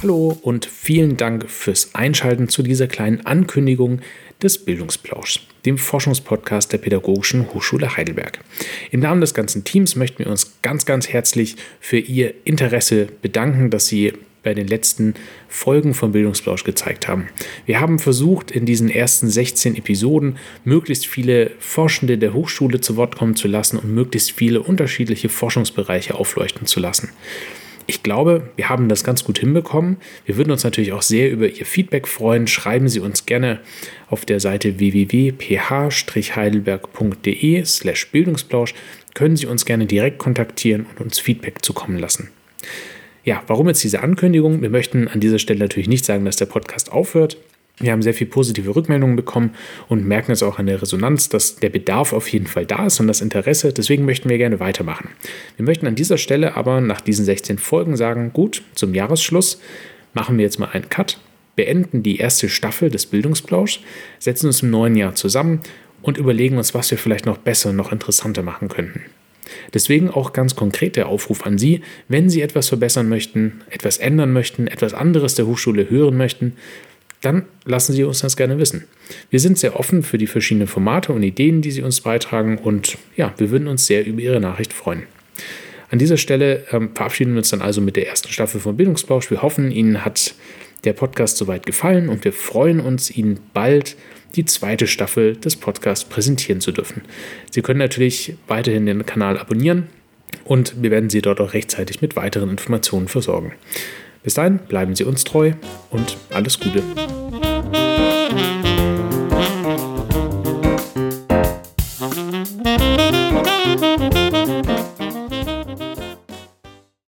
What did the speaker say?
Hallo und vielen Dank fürs Einschalten zu dieser kleinen Ankündigung des Bildungsplauschs, dem Forschungspodcast der Pädagogischen Hochschule Heidelberg. Im Namen des ganzen Teams möchten wir uns ganz, ganz herzlich für Ihr Interesse bedanken, dass Sie bei den letzten Folgen vom Bildungsplausch gezeigt haben. Wir haben versucht, in diesen ersten 16 Episoden möglichst viele Forschende der Hochschule zu Wort kommen zu lassen und möglichst viele unterschiedliche Forschungsbereiche aufleuchten zu lassen. Ich glaube, wir haben das ganz gut hinbekommen. Wir würden uns natürlich auch sehr über Ihr Feedback freuen. Schreiben Sie uns gerne auf der Seite www.ph-heidelberg.de/Bildungsplausch. Können Sie uns gerne direkt kontaktieren und uns Feedback zukommen lassen. Ja, warum jetzt diese Ankündigung? Wir möchten an dieser Stelle natürlich nicht sagen, dass der Podcast aufhört. Wir haben sehr viel positive Rückmeldungen bekommen und merken es auch an der Resonanz, dass der Bedarf auf jeden Fall da ist und das Interesse. Deswegen möchten wir gerne weitermachen. Wir möchten an dieser Stelle aber nach diesen 16 Folgen sagen, gut, zum Jahresschluss machen wir jetzt mal einen Cut, beenden die erste Staffel des Bildungsplauschs, setzen uns im neuen Jahr zusammen und überlegen uns, was wir vielleicht noch besser und noch interessanter machen könnten. Deswegen auch ganz konkret der Aufruf an Sie, wenn Sie etwas verbessern möchten, etwas ändern möchten, etwas anderes der Hochschule hören möchten, dann lassen Sie uns das gerne wissen. Wir sind sehr offen für die verschiedenen Formate und Ideen, die Sie uns beitragen und ja, wir würden uns sehr über Ihre Nachricht freuen. An dieser Stelle verabschieden wir uns dann also mit der ersten Staffel von Bildungsplausch. Wir hoffen, Ihnen hat der Podcast soweit gefallen und wir freuen uns, Ihnen bald die zweite Staffel des Podcasts präsentieren zu dürfen. Sie können natürlich weiterhin den Kanal abonnieren und wir werden Sie dort auch rechtzeitig mit weiteren Informationen versorgen. Bis dahin bleiben Sie uns treu und alles Gute.